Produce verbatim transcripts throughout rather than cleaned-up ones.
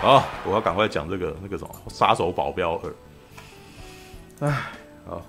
好，我要赶快讲这个那个什么《杀手保镖二》。哎，好，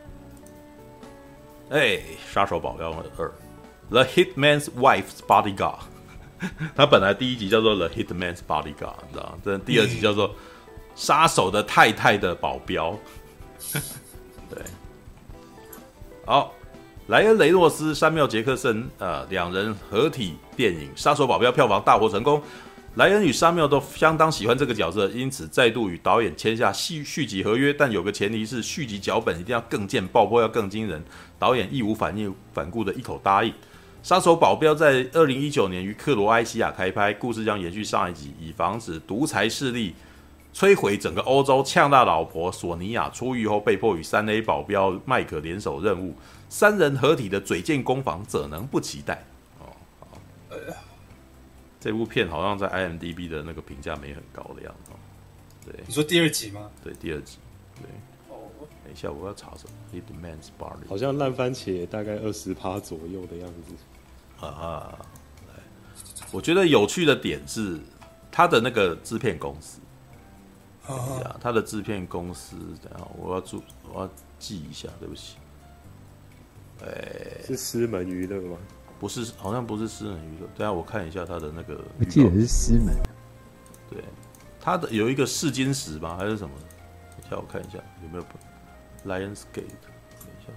哎，《杀手保镖二》The Hitman's Wife's Bodyguard， 它本来第一集叫做 The Hitman's Bodyguard， 你知道吗？这第二集叫做杀手的太太的保镖。对，好，莱恩·雷诺斯、山缪·杰克森，呃，两人合体电影《杀手保镖》票房大获成功。莱恩与山缪都相当喜欢这个角色，因此再度与导演签下续续集合约，但有个前提是续集脚本一定要更贱，爆破要更惊人。导演义无反应反顾的一口答应。杀手保镖在二零一九年于克罗埃西亚开拍，故事将延续上一集，以防止独裁势力摧毁整个欧洲。呛大老婆索尼娅出狱后，被迫与三 A 保镖麦克联手任务，三人合体的嘴剑攻防，怎能不期待？哦，好，这部片好像在 I M D B 的那个评价没很高的样子。对，你说第二集吗？ 对，第二集。对，哦，等一下我要查什么 ？Hitman's Body， 好像烂番茄大概二十趴左右的样子。 啊，我觉得有趣的点是他的那个制片公司。等一下，他的制片公司，等一下我要注，我要记一下，对不起。哎、欸， 是狮门娱乐吗？ 不是，好像不是狮门娱乐。等一下我看一下他的那个， 我记得是狮门。 对，他的有一个试金石吧，还是什么？等一下我看一下有没有 Lionsgate。等一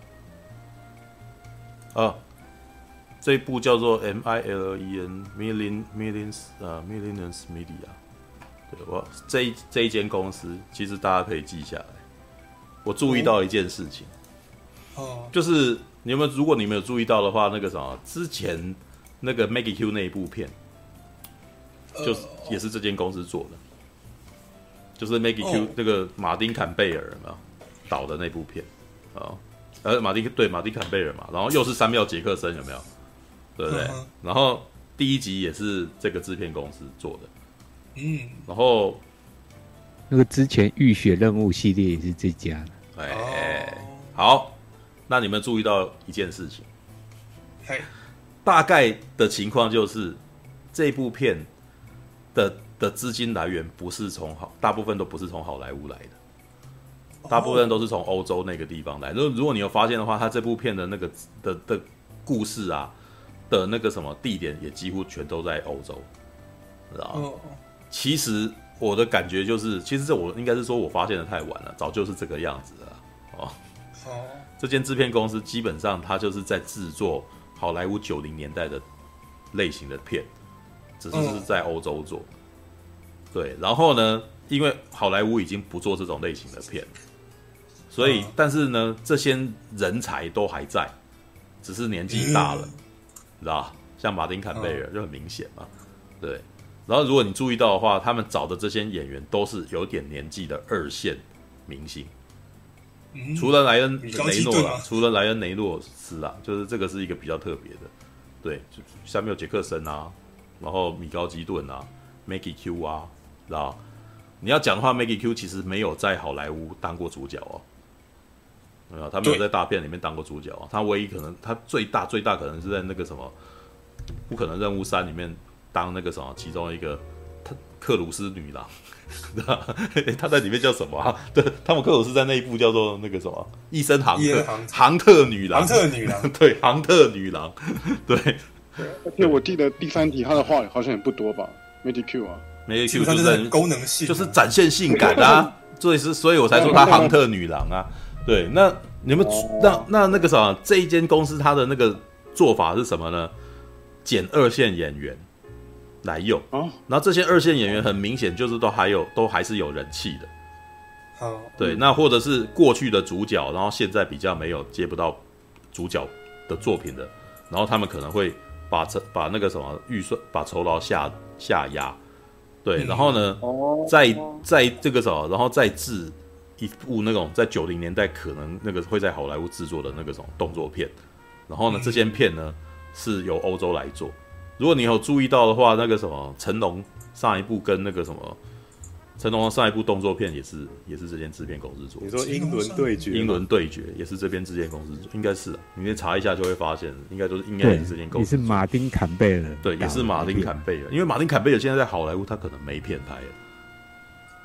下，啊，这一部叫做 M I L E N Million Millions 啊 Millions Media。对，我这一这一间公司，其实大家可以记下来。我注意到一件事情，哦，就是你有没有？如果你没有注意到的话，那个什么，之前那个 Maggie Q 那一部片，就是也是这间公司做的，就是 Maggie Q 那个马丁坎贝尔嘛导的那部片啊，呃，马丁对马丁坎贝尔嘛，然后又是山缪杰克森有没有？对不对？然后第一集也是这个制片公司做的。嗯，然后那个之前浴血任务系列也是这家的。 哎，好，那你们注意到一件事情，大概的情况就是这部片的的资金来源不是从好，大部分都不是从好莱坞来的，大部分都是从欧洲那个地方来。如果如果你有发现的话，他这部片的那个的的故事啊的那个什么地点也几乎全都在欧洲，知道吗？其实我的感觉就是，其实这我应该是说我发现的太晚了，早就是这个样子了。哦，这间制片公司基本上它就是在制作好莱坞九零年代的类型的片，只是是在欧洲做。对，然后呢，因为好莱坞已经不做这种类型的片了，所以但是呢，这些人才都还在，只是年纪大了，知道吧？像马丁坎贝尔就很明显嘛，对。然后，如果你注意到的话，他们找的这些演员都是有点年纪的二线明星，嗯、除了莱恩雷诺啦，除了莱恩雷诺斯啦，就是这个是一个比较特别的，对，下面有杰克森啊，然后米高基顿啊 ，Maggie Q 啊，知道？你要讲的话 ，Maggie Q 其实没有在好莱坞当过主角哦，没有，他没有在大片里面当过主角哦，他唯一可能他最大最大可能是在那个什么《不可能任务三》里面。当那个什么，其中一个克鲁斯女郎，她在里面叫什么、啊？对，汤姆克鲁斯在那一部叫做那个什么《一生航特航特女郎》， 航特女郎， 对，航特女郎，对。 而且我记得第三题她的话好像也不多吧 ，Maggie Q 啊 ，Maggie Q 就是功能性， 就是展现性感啊，所以是，所以我才说她航特女郎啊。对，那你们那那那个什么，这一间公司它的那个做法是什么呢？捡二线演员。来用，哦、然后这些二线演员很明显就是都还有都还是有人气的， 好， 对，那或者是过去的主角，然后现在比较没有接不到主角的作品的，然后他们可能会把把那个什么预算把酬劳下下压，对，然后呢，嗯、再再这个什么，然后再制一部那种在九零年代可能那个会在好莱坞制作的那个种动作片，然后呢，嗯、这些片呢是由欧洲来做。如果你有注意到的话，那个什么成龙上一部跟那个什么成龙上一部动作片也是也是这间制片公司做的。 你说英伦对决？ 英伦对决也是这边制片公司做，应该是啊，你可以查一下就会发现，应该都是应该也是这间公司。 也是马丁坎贝尔。 对，也是马丁坎贝尔，因为马丁坎贝尔现在在好莱坞他可能没片拍了，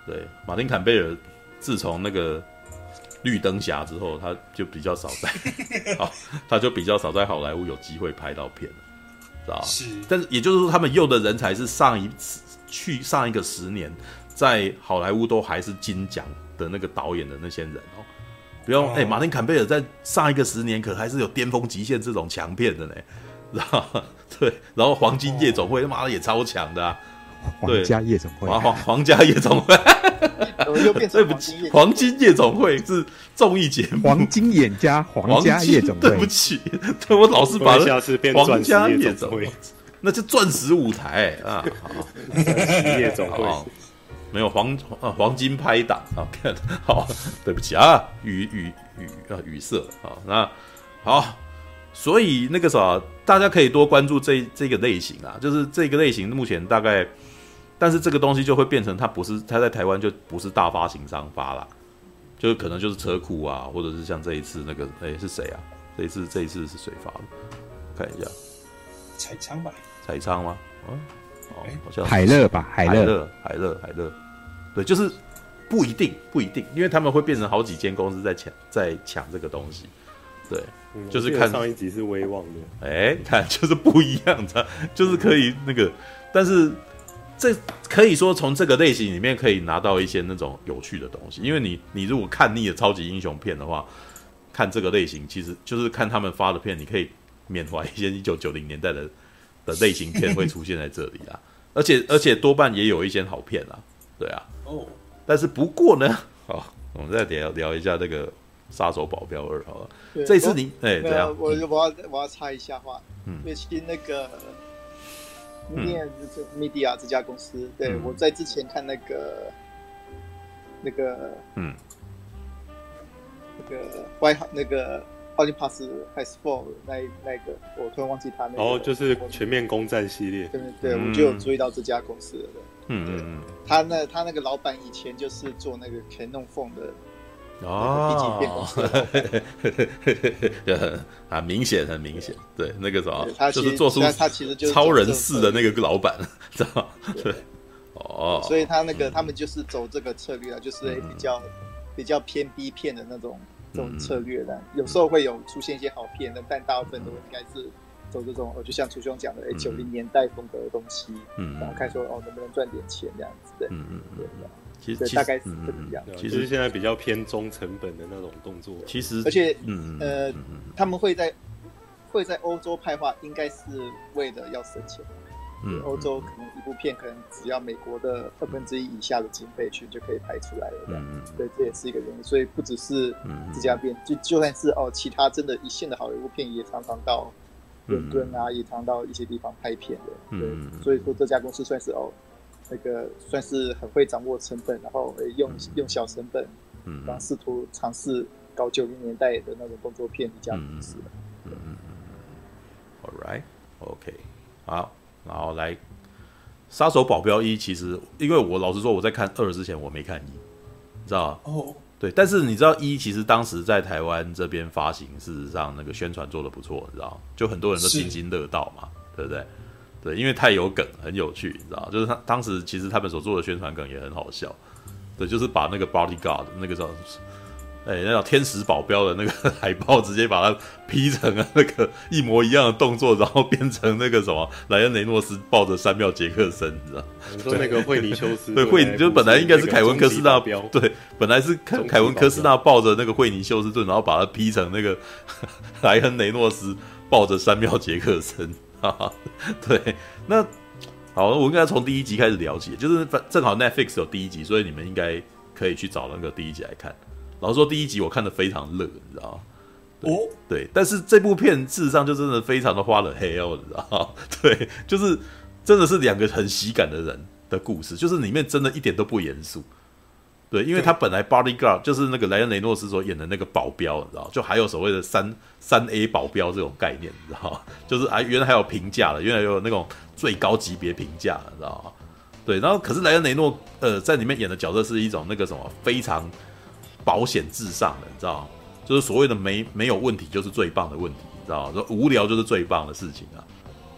对，马丁坎贝尔自从那个绿灯侠之后，他就比较少在，好，他就比较少在好莱坞有机会拍到片了，知道吧？ 是， 但是也就是说，他们用的人才是上一次去上一个十年在好莱坞都还是金奖的那个导演的那些人哦。不用，哎、哦欸，马丁坎贝尔在上一个十年可还是有巅峰极限这种强片的呢，知道吗？对，然后黄金夜总会他妈的也超强的啊。 皇家夜总会， 皇皇皇家夜总会，对不起，黄金夜总会是综艺节目， 黄金眼加皇家夜总会， 对不起，对我老是把下次变皇家夜总会， 那是钻石舞台啊，好， 钻石夜总会， 没有黄啊黄金拍档啊，好，对不起啊，语语语啊语塞啊，那好。所以那个啥，大家可以多关注这这个类型啊，就是这个类型目前大概，但是这个东西就会变成它不是它在台湾就不是大发行商发啦，就是可能就是车库啊，或者是像这一次那个哎、欸、是谁啊？这一次这一次是谁发的？看一下， 彩昌吧？ 彩昌吗？嗯，哦，好像海乐吧，海乐，海乐，海乐，海乐，对，就是不一定不一定，因为他们会变成好几间公司在抢在抢这个东西，对。 嗯、 就是看上一集是威望的， 哎、欸，看就是不一样的，就是可以那个，但是这可以说从这个类型里面可以拿到一些那种有趣的东西，因为你你如果看腻了超级英雄片的话，看这个类型其实就是看他们发的片，你可以缅怀一些一九九零年代的的类型片会出现在这里啦，而且而且多半也有一些好片啦，对啊，哦，但是不过呢，好，我们再聊聊一下这个。杀手保镖二好了，这次你哎、欸、怎样？ 我我要我要插一下话，嗯，因为其实那个 Media、嗯、Media 这家公司，对、嗯、我在之前看那个那个嗯那个 White 那个 Olympus Has Fall 那那个，我突然忘记他那个， 哦，就是全面攻占系列， 对对，嗯、我就有注意到这家公司了， 嗯嗯嗯， 他那他那个老板以前就是做那个 Canon Phone 的。 哦，很明显，很明显，对，那个什么，就是做出他其实就是超人四的那个老板，知道吗？对，哦， 所以他那个他们就是走这个策略啊，就是比较、嗯、比较偏 B 片的那种这种策略的，嗯、有时候会有出现一些好片的，但大部分都应该是走这种，就像楚兄讲的，哎，九零年代风格的东西，嗯，然后看说哦能不能赚点钱这样子的，嗯嗯对。 其实大概是这个样、 嗯。其实现在比较偏中成本的那种动作。 其实， 而且，嗯呃，嗯他们会在会在欧洲派化，应该是为了要省钱。嗯，欧洲可能一部片可能只要美国的二分之一以下的经费去就可以拍出来了。嗯对，这也是一个原因。所以不只是这家片，就就算是哦，其他真的一线的好莱坞片也常常到伦敦啊，嗯、也常到一些地方拍片的。嗯，所以说这家公司算是哦。那个算是很会掌握成本，然后用、嗯、用小成本，嗯，然后试图尝试搞九零年代的那种动作片一家公司。嗯嗯嗯 ，All right, OK， 好，然后来《杀手保镖一》，其实因为我老实说，我在看二之前我没看一，你知道吗？哦，对，但是你知道一其实当时在台湾这边发行，事实上那个宣传做得不错，你知道吗？就很多人都津津乐道嘛，对不对？对，因为太有梗，很有趣，你知道，就是他当时其实他们所做的宣传梗也很好笑，对，就是把那个 bodyguard 那个叫，哎、欸，那叫天使保镖的那个海报，直接把它 P 成了那个一模一样的动作，然后变成那个什么莱恩雷诺斯抱着山缪杰克森，你知道？ 你说那个惠尼休斯， 对，惠尼就本来应该是凯文科斯纳，对，本来是凯凯文科斯纳抱着那个惠尼休斯顿，然后把它 P 成那个莱恩雷诺斯抱着山缪杰克森。对，那好，我应该从第一集开始聊起，就是正好 Netflix 有第一集，所以你们应该可以去找那个第一集来看。老实说，第一集我看得非常热，你知道吗？对、哦、对，但是这部片事实上就真的非常的花了黑哦，你知道吗？对，就是真的是两个很喜感的人的故事，就是里面真的一点都不严肃。对，因为他本来 bodyguard 就是那个莱恩雷诺斯所演的那个保镖，你知道，就还有所谓的三三 A 保镖这种概念，你知道，就是啊，原来还有评价了，原来有那种最高级别评价，你知道吗？对，然后可是莱恩雷诺呃在里面演的角色是一种那个什么非常保险至上的，你知道，就是所谓的没没有问题就是最棒的问题，你知道，说无聊就是最棒的事情啊。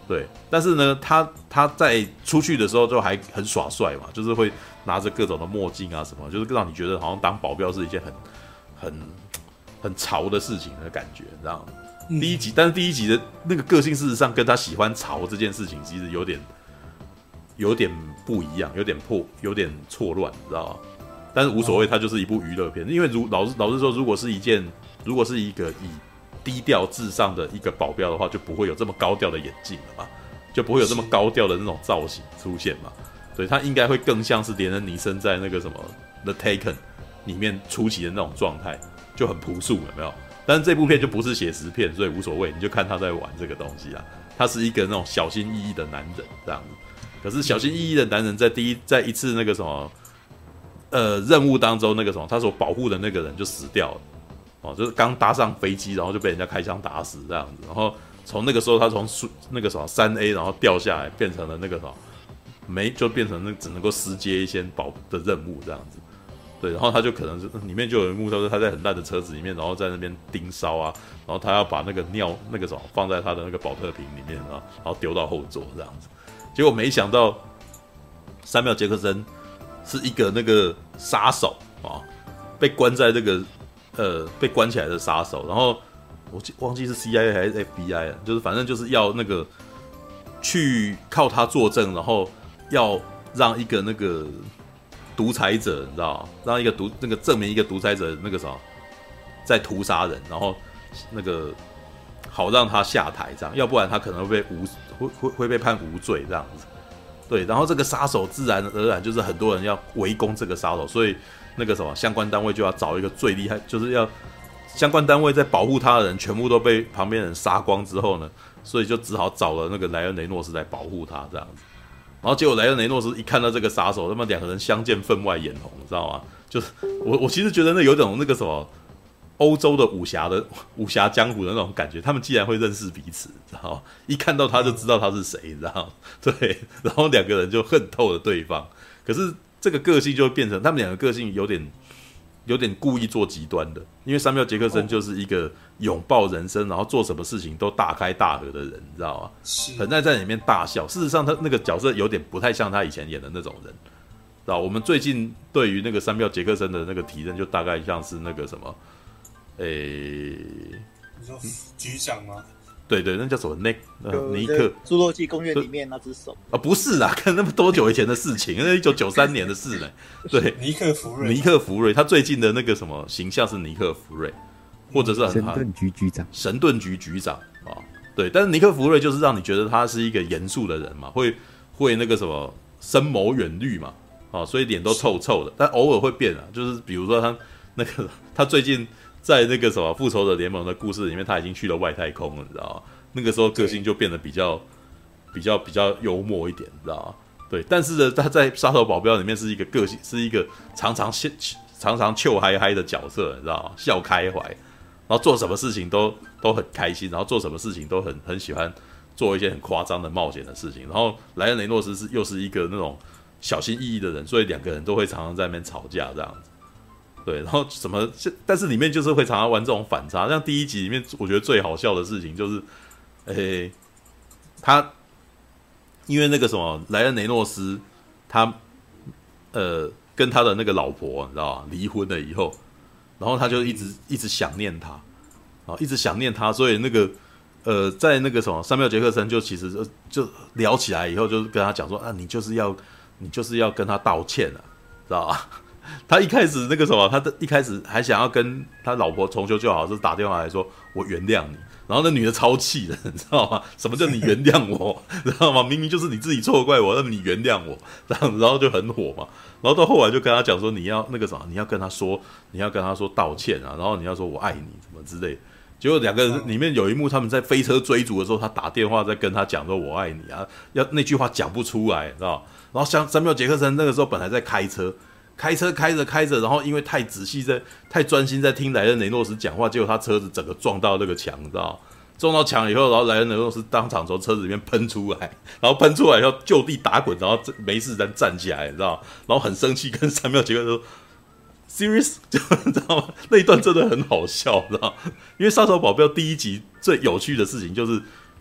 对，但是呢，他他在出去的时候就还很耍帅嘛，就是会拿着各种的墨镜啊什么，就是让你觉得好像当保镖是一件很很很潮的事情的感觉，你知道吗？嗯、第一集，但是第一集的那个个性，事实上跟他喜欢潮这件事情其实有点有点不一样，有点破，有点错乱，你知道吗？但是无所谓，它就是一部娱乐片，因为如老实老实说，如果是一件，如果是一个以低调至上的一个保镖的话，就不会有这么高调的眼镜了嘛，就不会有这么高调的那种造型出现嘛。对，他应该会更像是连恩尼森在那个什么《The Taken》里面初期的那种状态，就很朴素，有没有？但是这部片就不是写实片，所以无所谓，你就看他在玩这个东西啊。他是一个那种小心翼翼的男人这样子。可是小心翼翼的男人在第一在一次那个什么呃任务当中，那个什么他所保护的那个人就死掉了。哦，就是刚搭上飞机，然后就被人家开枪打死这样子，然后从那个时候他从那个什么三 A 然后掉下来，变成了那个什么没就变成那只能够实接一些保的任务这样子，对，然后他就可能是里面就有一幕，他说他在很烂的车子里面，然后在那边盯梢啊，然后他要把那个尿那个什么放在他的那个保特瓶里面啊，然后丢到后座这样子，结果没想到山缪杰克森是一个那个杀手啊，被关在这个。呃，被关起来的杀手，然后我忘记是 C I A 还是 F B I 啊，就是反正就是要那个去靠他作证，然后要让一个那个独裁者，你知道吗？让一个独那个证明一个独裁者那个啥在屠杀人，然后那个好让他下台这样，要不然他可能会被无会会会被判无罪这样子。对，然后这个杀手自然而然就是很多人要围攻这个杀手，所以。那个什么相关单位就要找一个最厉害，就是要相关单位在保护他的人全部都被旁边人杀光之后呢，所以就只好找了那个莱恩雷诺斯来保护他这样子。然后结果莱恩雷诺斯一看到这个杀手，那么两个人相见分外眼红，你知道吗？就是我我其实觉得那有种那个什么欧洲的武侠的武侠江湖的那种感觉，他们既然会认识彼此，知道吗？一看到他就知道他是谁，你知道吗？对，然后两个人就恨透了对方，可是。这个个性就会变成他们两个个性有点有点故意做极端的，因为山缪杰克森就是一个拥抱人生，然后做什么事情都大开大合的人，你知道吗？很爱在里面大笑。事实上，他那个角色有点不太像他以前演的那种人，知道？我们最近对于那个山缪杰克森的那个体认，就大概像是那个什么，诶， 你说局长吗？ 对对，那叫什么？那呃，尼克 《侏罗纪公园》里面那只手啊，不是啦，看那么多久以前的事情，那一九九三年的事呢。对， 尼克福瑞， 尼克福瑞，他最近的那个什么形象是尼克福瑞，或者是很神盾局局长， 神盾局局长啊，对。但是尼克福瑞就是让你觉得他是一个严肃的人嘛，会会那个什么深谋远虑嘛，啊，所以脸都臭臭的，但偶尔会变啊，就是比如说他那个他最近。在那个什么复仇者联盟的故事里面，他已经去了外太空了，你知道吗？那个时候个性就变得比较、比较、比较幽默一点，你知道吗？对，但是呢，他在杀手保镖里面是一个个性，是一个常常常常笑嗨嗨的角色，你知道吗？笑开怀，然后做什么事情都都很开心，然后做什么事情都很很喜欢做一些很夸张的冒险的事情。然后莱恩雷诺斯是又是一个那种小心翼翼的人，所以两个人都会常常在那边吵架这样子。对，然后什么？但是里面就是会常常玩这种反差。像第一集里面，我觉得最好笑的事情就是，诶，他因为那个什么莱恩雷诺斯，他呃跟他的那个老婆，你知道吗？离婚了以后，然后他就一直一直想念他，啊，一直想念他，所以那个呃，在那个什么山缪杰克森就其实就就聊起来以后，就跟他讲说啊，你就是要你就是要跟他道歉啊，知道吧？他一开始那个什么，他的一开始还想要跟他老婆重修旧好，是打电话来说我原谅你，然后那女的超气的，你知道吗？什么叫你原谅我？知道吗？明明就是你自己错怪我，那你原谅我，这样子，然后就很火嘛。然后到后来就跟他讲说，你要那个什么，你要跟他说，你要跟他说道歉啊，然后你要说我爱你什么之类的。结果两个人里面有一幕，他们在飞车追逐的时候，他打电话在跟他讲说我爱你啊，要那句话讲不出来，知道？然后像山缪杰克森那个时候本来在开车。开车开着开着，然后因为太仔细在太专心在听莱恩雷诺斯讲话，结果他车子整个撞到那个墙，你知道吗？撞到墙以后，然后莱恩雷诺斯当场从车子里面喷出来，然后喷出来以后就地打滚，然后没事人站起来，你知道吗？然后很生气跟山缪杰克说 ：“Serious， 就你知道吗？那一段真的很好笑，你知道吗？因为杀手保镖第一集最有趣的事情就是。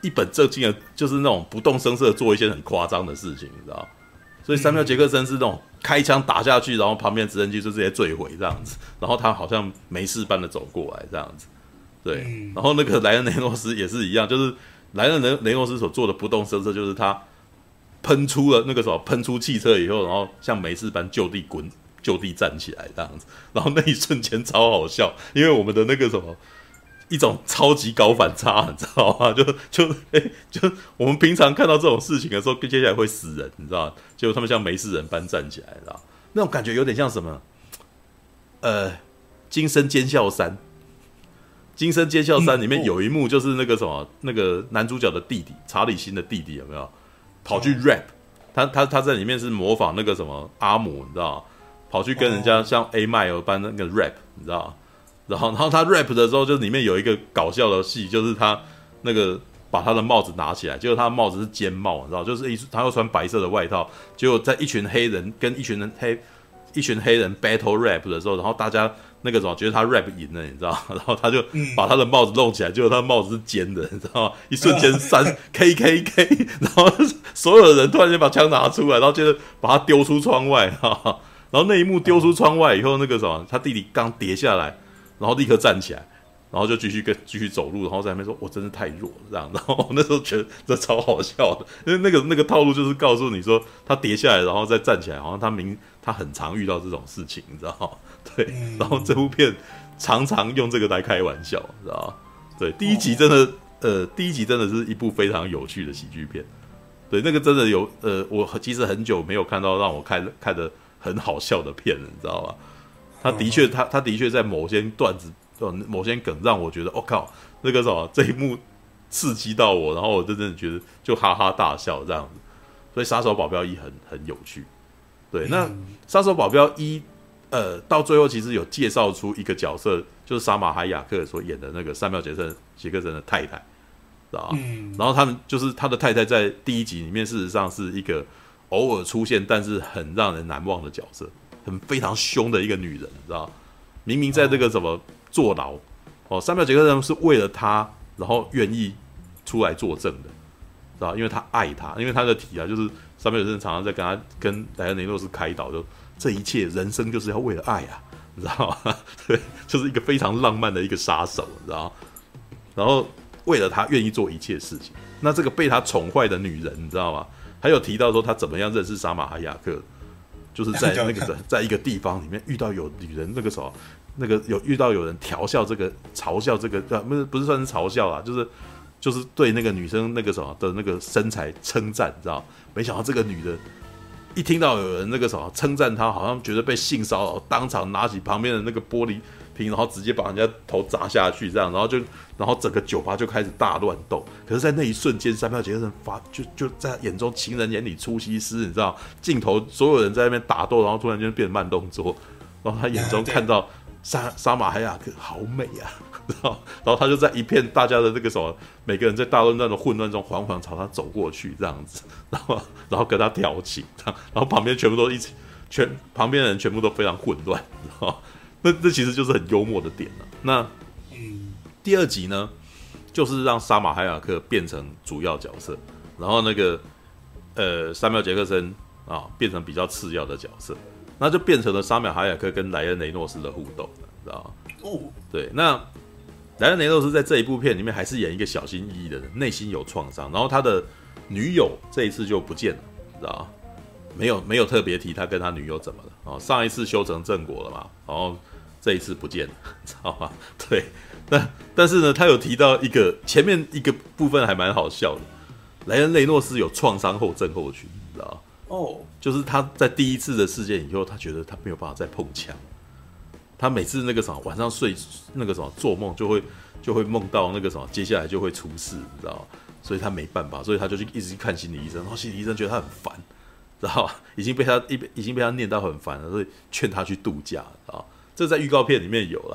一本正经的，就是那种不动声色做一些很夸张的事情，你知道？所以山缪杰克森是那种开枪打下去，然后旁边直升机就直接坠毁这样子，然后他好像没事般的走过来这样子，对。然后那个莱恩雷诺斯也是一样，就是莱恩雷雷诺斯所做的不动声色，就是他喷出了那个什么喷出汽车以后，然后像没事般就地滚就地站起来这样子，然后那一瞬间超好笑，因为我们的那个什么。一种超级高反差，你知道吗？就就欸、就我们平常看到这种事情的时候，接下来会死人，你知道吗？结果他们像没事人般站起来，知道那种感觉有点像什么？呃，《惊声尖笑三》，《惊声尖笑三》里面有一幕就是那个什么，那个男主角的弟弟查理辛的弟弟有没有跑去 rap？ 他他他在里面是模仿那个什么阿姆，你知道吗？跑去跟人家像 A 麦尔般那个 rap， 你知道吗？然后，然后他 rap 的时候，就里面有一个搞笑的戏，就是他那个把他的帽子拿起来，结果他的帽子是尖帽，你知道，就是一他又穿白色的外套，结果在一群黑人跟一群人黑一群黑人 battle rap 的时候，然后大家那个什么觉得他 rap 赢了，你知道，然后他就把他的帽子弄起来，结果他的帽子是尖的，你知道吗？一瞬间三 K K K， 然后所有人突然间把枪拿出来，然后接着把他丢出窗外，哈哈，然后那一幕丢出窗外以后，那个什么，他弟弟刚跌下来。然后立刻站起来，然后就继续跟继续走路，然后在那边说：“我真是太弱了。”这样，然后我那时候觉得这超好笑的，因为那个那个套路就是告诉你说，他跌下来然后再站起来，好像他明他很常遇到这种事情，你知道吗？对，然后这部片常常用这个来开玩笑，知道吗？对，第一集真的呃，第一集真的是一部非常有趣的喜剧片。对，那个真的有呃，我其实很久没有看到让我看看得很好笑的片了，你知道吗？他的确，他他的确在某些段子、某些梗让我觉得，我、哦、靠，那个什么这一幕刺激到我，然后我真的觉得就哈哈大笑这样子。所以《杀手保镖一》很很有趣。对，那《杀手保镖一》呃，到最后其实有介绍出一个角色，就是沙马海雅克所演的那个山缪杰森杰克森的太太，知道吗？嗯。然后他们就是他的太太在第一集里面，事实上是一个偶尔出现，但是很让人难忘的角色。很非常凶的一个女人，你知道？明明在这个什么坐牢，哦，山缪杰克森是为了她，然后愿意出来作证的，知道？因为他爱她，因为他的题啊，就是山缪杰克森常常在跟他跟莱恩雷诺斯开导，就这一切人生就是要为了爱啊，你知道吗？对，就是一个非常浪漫的一个杀手，你知道？然后为了他愿意做一切事情。那这个被他宠坏的女人，你知道吗？还有提到说他怎么样认识沙马海雅克。就是在那个在一个地方里面遇到有女人那个什么，那个有遇到有人调笑这个嘲笑这个，不是不是算是嘲笑啦，就是就是对那个女生那个什么的那个身材称赞，你知道？没想到这个女的一听到有人那个什么称赞她，好像觉得被性骚扰，当场拿起旁边的那个玻璃瓶，然后直接把人家头砸下去，这样，然后就然后整个酒吧就开始大乱斗。可是，在那一瞬间，山缪杰克森发就就在眼中，情人眼里出西施，你知道？镜头所有人在那边打斗，然后突然间变慢动作，然后他眼中看到沙沙马海雅克好美啊，然后然后他就在一片大家的那个什么，每个人在大乱战的混乱中，缓缓朝他走过去，这样子，然后然后跟他调情，然后旁边全部都一起，全旁边的人全部都非常混乱，然后。那这其实就是很幽默的点了。那第二集呢，就是让沙马海雅克变成主要角色，然后那个呃山缪杰克森啊变成比较次要的角色，那就变成了沙缪海雅克跟莱恩雷诺斯的互动，知道吗？哦，对，那莱恩雷诺斯在这一部片里面还是演一个小心翼翼的人，内心有创伤，然后他的女友这一次就不见了，知道吗？没有没有特别提他跟他女友怎么了哦，上一次修成正果了嘛，然后这一次不见了，知道吗？对，但但是呢，他有提到一个前面一个部分还蛮好笑的，莱恩雷诺斯有创伤后症候群，知道吗？哦，就是他在第一次的事件以后，他觉得他没有办法再碰枪，他每次那个什么晚上睡那个什么做梦就会就会梦到那个什么接下来就会出事，你知道吗？所以他没办法，所以他就去一直去看心理医生，然后心理医生觉得他很烦。知道吧？已经被他已经被他念到很烦了，所以劝他去度假，知道？这在预告片里面有了。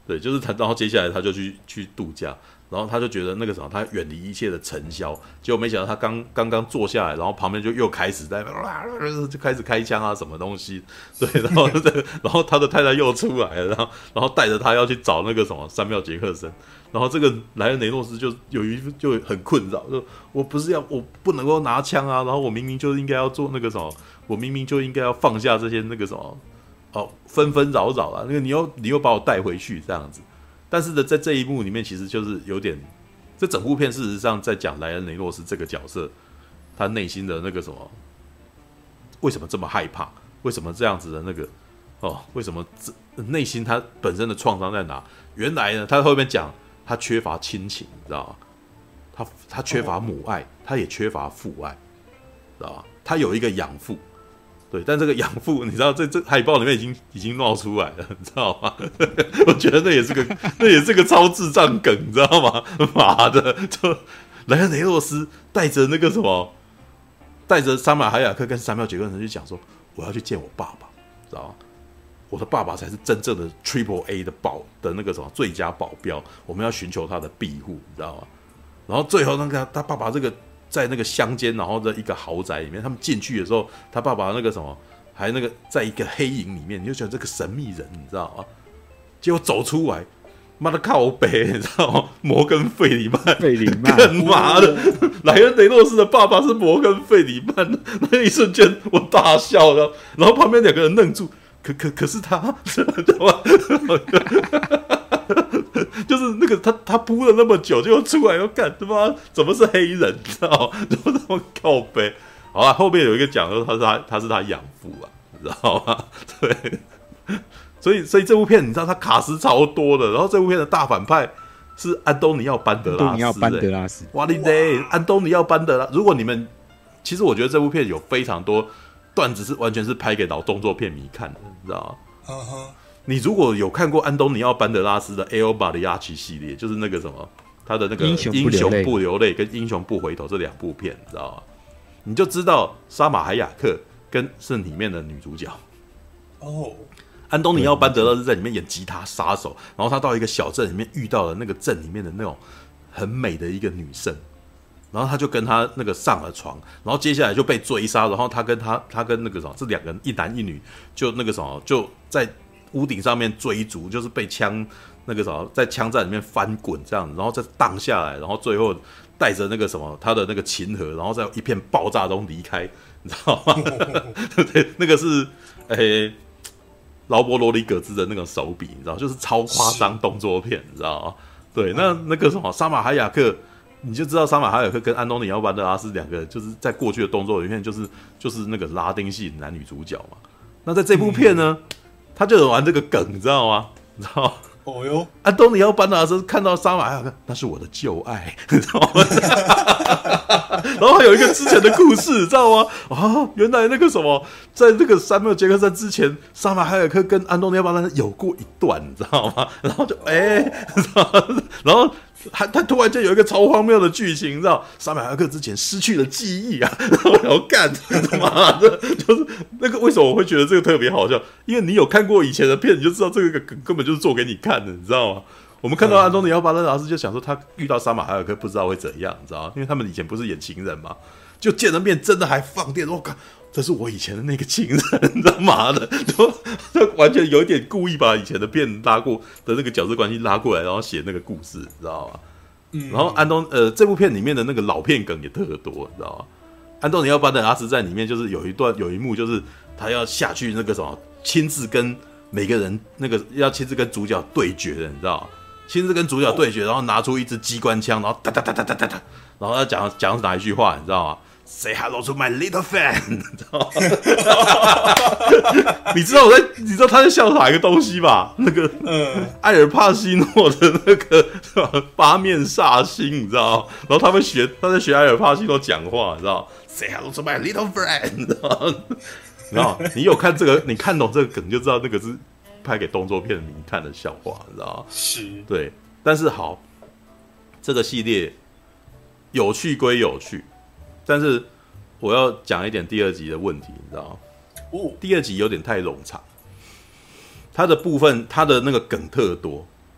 对，就是他，然后接下来他就去去度假，然后他就觉得那个什么，他远离一切的尘嚣，结果没想到他刚刚刚坐下来，然后旁边就又开始在就开始开枪啊，什么东西，对，然后然后他的太太又出来了，然后然后带着他要去找那个什么山缪杰克森，然后这个莱恩雷诺斯就有一就很困扰，就我不是要我不能够拿枪啊，然后我明明就应该要做那个什么，我明明就应该要放下这些那个什么。哦，纷纷扰扰啊，那个你又你又把我带回去这样子，但是呢，在这一幕里面，其实就是有点，这整部片事实上在讲莱恩雷诺斯这个角色，他内心的那个什么，为什么这么害怕？为什么这样子的那个哦？为什么内心他本身的创伤在哪？原来呢，他后面讲他缺乏亲情，你知道吗？他他缺乏母爱，他也缺乏父爱，知道吗？他有一个养父。对，但这个养父，你知道，这这海报里面已经已经闹出来了，你知道吗？我觉得那也是个那也是个超智障梗，你知道吗？妈的，就莱恩雷诺斯带着那个什么，带着沙马海雅克跟山缪杰克森去讲说，我要去见我爸爸，知道吗？我的爸爸才是真正的 Triple A 的保的那个什么最佳保镖，我们要寻求他的庇护，你知道吗？然后最后那个他爸爸这个。在那个乡间，然后的一个豪宅里面，他们进去的时候，他爸爸那个什么，还那个在一个黑影里面，你就觉得这个神秘人，你知道吗？结果走出来，妈的靠北，你知道吗？摩根费里曼， 费里曼， 干嘛的？莱恩雷诺斯的爸爸是摩根费里曼，那一瞬间我大笑了，然后旁边两个人愣住，可可可是他，知道吗？就是那个他他扑了那么久，结果出来又干他妈怎么是黑人？你知道吗？怎么那么靠北？好啦，后面有一个讲说他是他他是他养父啊，你知道吗？对，所以所以这部片你知道他卡斯超多的，然后这部片的大反派是安东尼奥班德拉斯、欸，安东尼奥班德拉斯， 哇哩嘞，安东尼奥班德拉。如果你们其实我觉得这部片有非常多段子是完全是拍给老动作片迷看的，你知道吗？嗯哼。你如果有看过安东尼奥班德拉斯的 A O 巴里亚奇系列，就是那个什么，他的那个英雄不流泪跟英雄不回头这两部片，你知道吗？你就知道沙马海雅克跟是里面的女主角哦。安东尼奥班德拉斯在里面演吉他杀手，然后他到一个小镇里面遇到了那个镇里面的那种很美的一个女生，然后他就跟他那个上了床，然后接下来就被追杀，然后他跟他他跟那个什么，这两个人一男一女就那个什么就在。屋顶上面追逐，就是被枪那个什么，在枪战里面翻滚这样，然后再荡下来，然后最后带着那个什么他的那个琴盒，然后在一片爆炸中离开，你知道吗？对，那个是诶劳勃罗里葛兹的那个手笔，你知道，就是超夸张动作片，你知道吗？对，那那个什么沙马海雅克，你就知道沙马海雅克跟安东尼奥班德拉斯两个，就是在过去的动作里面，就是就是那个拉丁系男女主角嘛。那在这部片呢？嗯他就有玩这个梗，你知道吗？你知道吗？哦哟，安东尼奥班德拉斯看到沙马海雅克，那是我的旧爱，你知道吗？然后还有一个之前的故事，你知道吗？啊，原来那个什么，在那个山缪杰克森之前，沙马海雅克跟安东尼奥班德拉斯有过一段，你知道吗？然后就哎、欸，然后。他他突然间有一个超荒谬的剧情，你知道，沙马海雅克之前失去了记忆啊，然后要干他妈的，就是那个为什么我会觉得这个特别好笑？因为你有看过以前的片，你就知道这个梗根本就是做给你看的，你知道吗？我们看到安东尼奥班德拉斯就想说他遇到沙马海雅克不知道会怎样，你知道吗？因为他们以前不是演情人嘛，就见了面真的还放电，我靠！这是我以前的那个情人，你知道吗？的，就就完全有一点故意把以前的片拉过的那个角色关系拉过来，然后写那个故事，你知道吗？嗯、然后安东呃这部片里面的那个老片梗也特多，你知道吗？安东尼奥班德拉斯在里面就是有一段有一幕，就是他要下去那个什么，亲自跟每个人那个要亲自跟主角对决的，你知道吗？亲自跟主角对决，然后拿出一支机关枪，然后哒哒哒哒哒哒哒，然后他讲讲哪一句话，你知道吗？Say hello to my little fan， 你知道吗？你知道我在，你知道他在笑哪一个东西吧？那个，嗯，艾尔帕西诺的那个八面煞星，你知道吗？然后他们学，他在学艾尔帕西诺讲话，你知道 ？Say hello to my little friend， 你知道吗？你知道，你有看这个，你看懂这个梗，就知道那个是拍给动作片迷看的笑话，你知道吗？是，对。但是好，这个系列有趣归有趣。但是我要讲一点第二集的问题，你知道吗？哦，第二集有点太冗长，它的部分它的那个梗特多，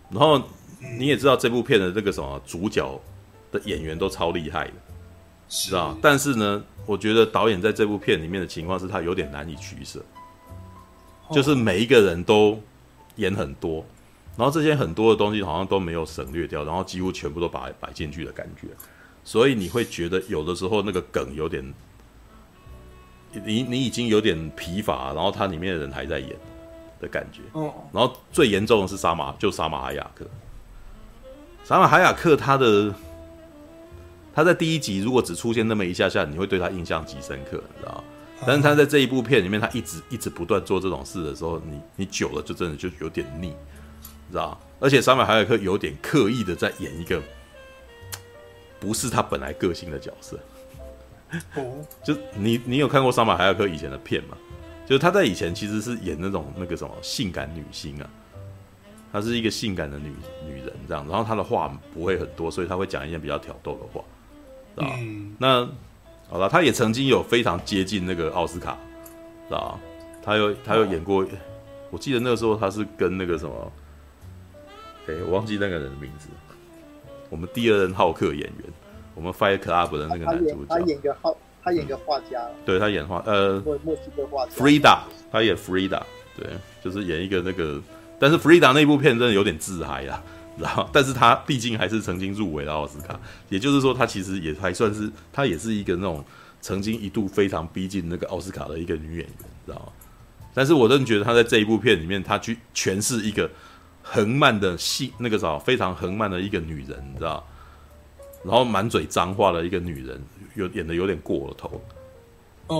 然后你也知道这部片的这个什么主角的演员都超厉害的，知道？但是呢，我觉得导演在这部片里面的情况是他有点难以取舍，就是每一个人都演很多，然后这些很多的东西好像都没有省略掉，然后几乎全部都把它摆进去的感觉，所以你会觉得有的时候那个梗有点，你你已经有点疲乏，然后它里面的人还在演的感觉。然后最严重的是沙马，就沙马哈雅克。沙马哈雅克他的他在第一集如果只出现那么一下下，你会对他印象极深刻，你知道吗？但是他在这一部片里面，他一直一直不断做这种事的时候，你你久了就真的就有点腻，你知道吗？而且沙马哈雅克有点刻意的在演一个不是他本来个性的角色。就你你有看过沙马哈雅克以前的片吗？就是他在以前其实是演那种那个什么性感女星啊，她是一个性感的女女人这样，然后她的话不会很多，所以她会讲一些比较挑逗的话，知道、嗯、那好了，她也曾经有非常接近那个奥斯卡，知道她有她有演过、哦，我记得那个时候她是跟那个什么，哎、欸，我忘记那个人的名字，我们第二任浩克演员，我们 Fight Club 的那个男主角， 他演个浩。他演个画家， 对他演画呃， 墨西哥画家 Frida， 他演 Frida， 对，就是演一个那个，但是 Frida 那部片真的有点自嗨啊，知道？但是他毕竟还是曾经入围了奥斯卡，也就是说，他其实也还算是，他也是一个那种曾经一度非常逼近那个奥斯卡的一个女演员，知道吗？但是我真的觉得他在这一部片里面，他去诠释一个横漫的性那个啥非常横漫的一个女人，你知道？然后满嘴脏话的一个女人。有演的有点过了头，哦、oh. ，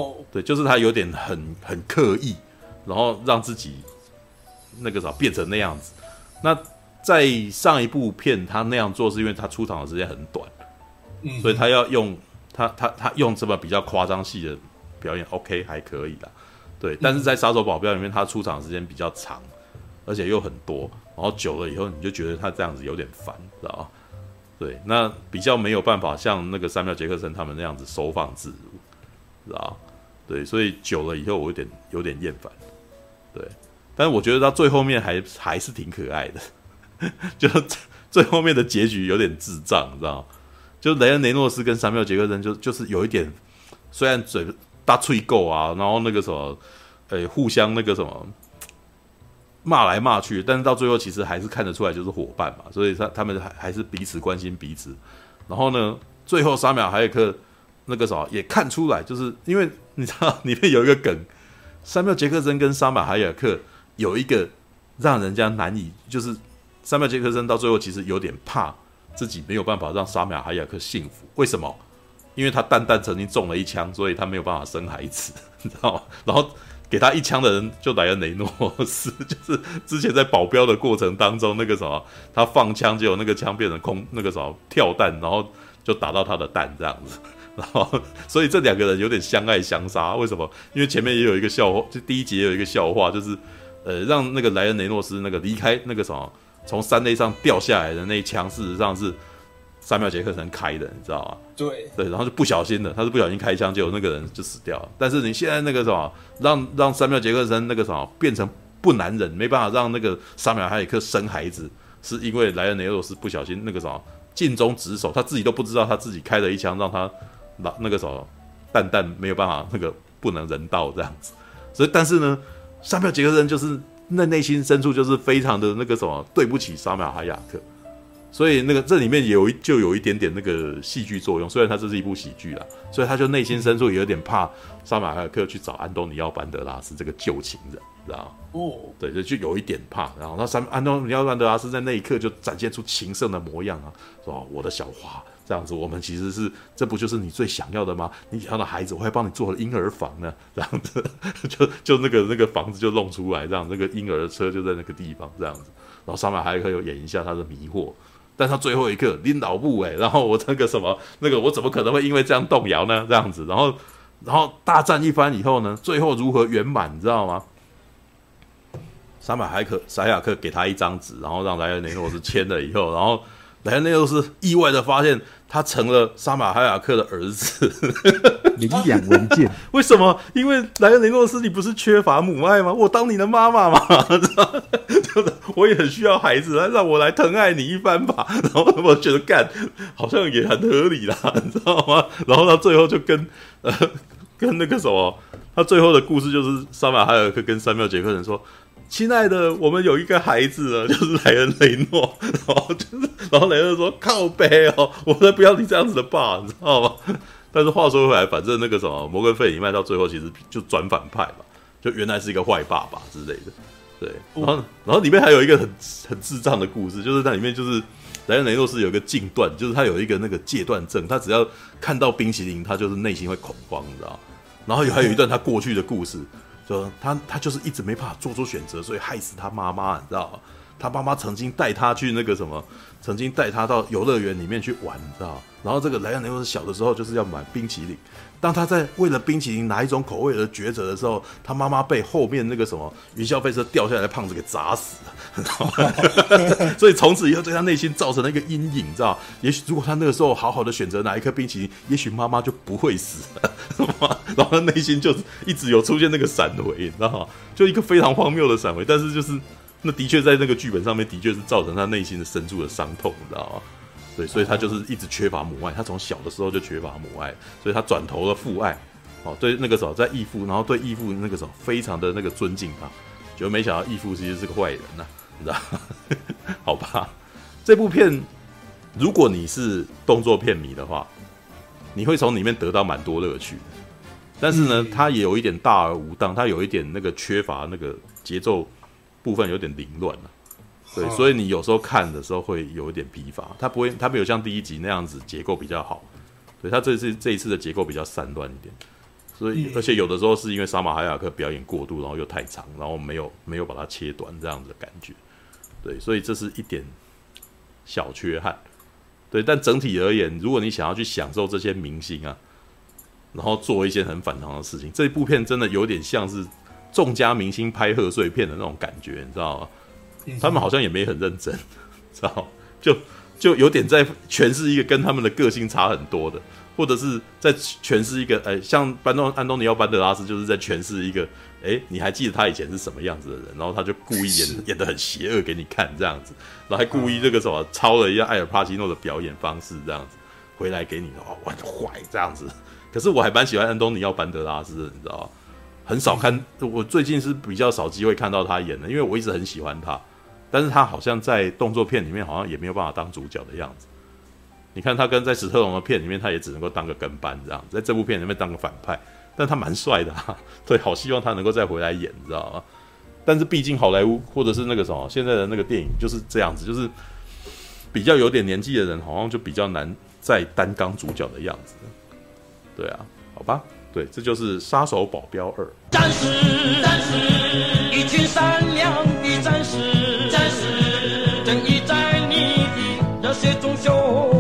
对，就是他有点很很刻意，然后让自己那个啥变成那样子。那在上一部片他那样做，是因为他出场的时间很短，嗯，所以他要用他他他用这么比较夸张戏的表演 ，OK 还可以啦，对。但是在杀手保镖里面，他出场时间比较长，而且又很多，然后久了以后，你就觉得他这样子有点烦，知道吗？对，那比较没有办法像那个山缪·杰克森他们那样子收放自如，知道？对，所以久了以后我有点有点厌烦，对。但是我觉得到最后面还还是挺可爱的，就最后面的结局有点智障，你知道？就雷恩·雷诺斯跟山缪·杰克森就就是有一点，虽然嘴大吹够啊，然后那个什么，呃，互相那个什么。骂来骂去，但是到最后其实还是看得出来就是伙伴嘛，所以他他们还还是彼此关心彼此。然后呢，最后沙缪·哈雅克那个啥也看出来，就是因为你知道里面有一个梗，山缪·杰克森跟沙缪·哈雅克有一个让人家难以，就是山缪·杰克森到最后其实有点怕自己没有办法让沙缪·哈雅克幸福，为什么？因为他蛋蛋曾经中了一枪，所以他没有办法生孩子，你知道吗？然后。给他一枪的人就莱恩·雷诺斯，就是之前在保镖的过程当中，那个什么，他放枪，结果那个枪变成空，那个什么跳弹，然后就打到他的蛋这样子，然后所以这两个人有点相爱相杀。为什么？因为前面也有一个笑话，就第一集也有一个笑话，就是呃，让那个莱恩·雷诺斯那个离开那个什么，从山垒上掉下来的那一枪，事实上是山缪·杰克森开的，你知道吗？ 对对，然后就不小心的，他是不小心开枪，结果那个人就死掉了。但是你现在那个什么，让让山缪·杰克森那个什么变成不男人，没办法让那个沙缪·哈雅克生孩子，是因为莱恩·雷诺斯不小心那个什么尽忠职守，他自己都不知道他自己开了一枪，让他那个什么蛋蛋没有办法那个不能人道这样子。所以，但是呢，沙缪·杰克森就是那内心深处就是非常的那个什么对不起沙缪·哈雅克。所以那个这里面有一就有一点点那个戏剧作用，虽然它这是一部喜剧啦，所以他就内心深处也有点怕沙马哈雅克去找安东尼奥班德拉斯这个旧情人，知道吗？哦，对，就有一点怕。然后那三安东尼奥班德拉斯在那一刻就展现出情圣的模样啊，说我的小花这样子，我们其实是这不就是你最想要的吗？你想要的孩子，我还帮你做了婴儿房呢，这样子就就那个那个房子就弄出来，这样那个婴儿车就在那个地方这样子。然后沙马哈雅克有演一下他的迷惑。但他最后一刻拎老布哎，然后我那个什么那个我怎么可能会因为这样动摇呢？这样子，然后然后大战一番以后呢，最后如何圆满，你知道吗？沙马哈克沙雅克给他一张纸，然后让莱恩·雷诺斯签了以后，然后莱恩·雷诺斯意外的发现他成了沙马哈亚克的儿子， 领养文件。 为什么？因为莱恩雷诺斯，你不是缺乏母爱吗？我当你的妈妈嘛，就是我也很需要孩子，来让我来疼爱你一番吧。然后我觉得干好像也很合理啦，你知道吗？然后他最后就跟呃跟那个什么，他最后的故事就是沙马哈亚克跟山缪杰克人说。亲爱的，我们有一个孩子了，就是莱恩雷诺，然后就是，然后雷恩说靠北哦，我才不要你这样子的爸，你知道吗？但是话说回来，反正那个什么摩根费里曼到最后其实就转反派嘛，就原来是一个坏爸爸之类的，对。然后，然后里面还有一个很很智障的故事，就是那里面就是莱恩雷诺斯有一个禁断，就是他有一个那个戒断症，他只要看到冰淇淋，他就是内心会恐慌，你知道？然后还有一段他过去的故事。就他他就是一直没办法做出选择，所以害死他妈妈，你知道吗？他妈妈曾经带他去那个什么，曾经带他到游乐园里面去玩，你知道吗？然后这个莱恩雷诺斯小的时候就是要买冰淇淋，当他在为了冰淇淋哪一种口味而抉择的时候，他妈妈被后面那个什么云霄飞车掉下来的胖子给砸死了，你知道吗？所以从此以后对他内心造成了一个阴影，你知道？也许如果他那个时候好好的选择哪一颗冰淇淋，也许妈妈就不会死了。然后他内心就一直有出现那个闪回，你知道吗？就一个非常荒谬的闪回，但是就是那的确在那个剧本上面的确是造成他内心的深处的伤痛，你知道吗？对，所以他就是一直缺乏母爱，他从小的时候就缺乏母爱，所以他转投了父爱，哦，对那个时候在义父，然后对义父那个时候非常的那个尊敬他，就没想到义父其实是个坏人呐、啊，你知道吗？好吧，这部片如果你是动作片迷的话。你会从里面得到蛮多乐趣的，但是呢，它也有一点大而无当，它有一点那个缺乏那个节奏部分有点凌乱了，对，所以你有时候看的时候会有一点疲乏，它不会，它没有像第一集那样子结构比较好，对，它这次这一次的结构比较散乱一点，所以而且有的时候是因为沙马哈亚克表演过度，然后又太长，然后没有没有把它切短这样子的感觉，对，所以这是一点小缺憾。对，但整体而言，如果你想要去享受这些明星啊，然后做一些很反常的事情，这部片真的有点像是众家明星拍贺岁片的那种感觉，你知道吗？他们好像也没很认真，知道？就就有点在诠释一个跟他们的个性差很多的，或者是在诠释一个，哎，像班东安东尼奥班德拉斯就是在诠释一个，哎，你还记得他以前是什么样子的人，然后他就故意演演得很邪恶给你看这样子。然后还故意这个什么抄了一下艾尔帕西诺的表演方式，这样子回来给你哦，我很坏这样子。可是我还蛮喜欢安东尼奥班德拉斯的，你知道吗？很少看，我最近是比较少机会看到他演的，因为我一直很喜欢他，但是他好像在动作片里面好像也没有办法当主角的样子。你看他跟在史特龙的片里面，他也只能够当个跟班这样子，在这部片里面当个反派，但他蛮帅的啊，对，好希望他能够再回来演，你知道吗？但是毕竟好莱坞或者是那个什么现在的那个电影就是这样子，就是比较有点年纪的人好像就比较难再担纲主角的样子。对啊，好吧，对，这就是《杀手保镖二》。 战士，战士，一群善良的战士，战士，正义在你的热血中修。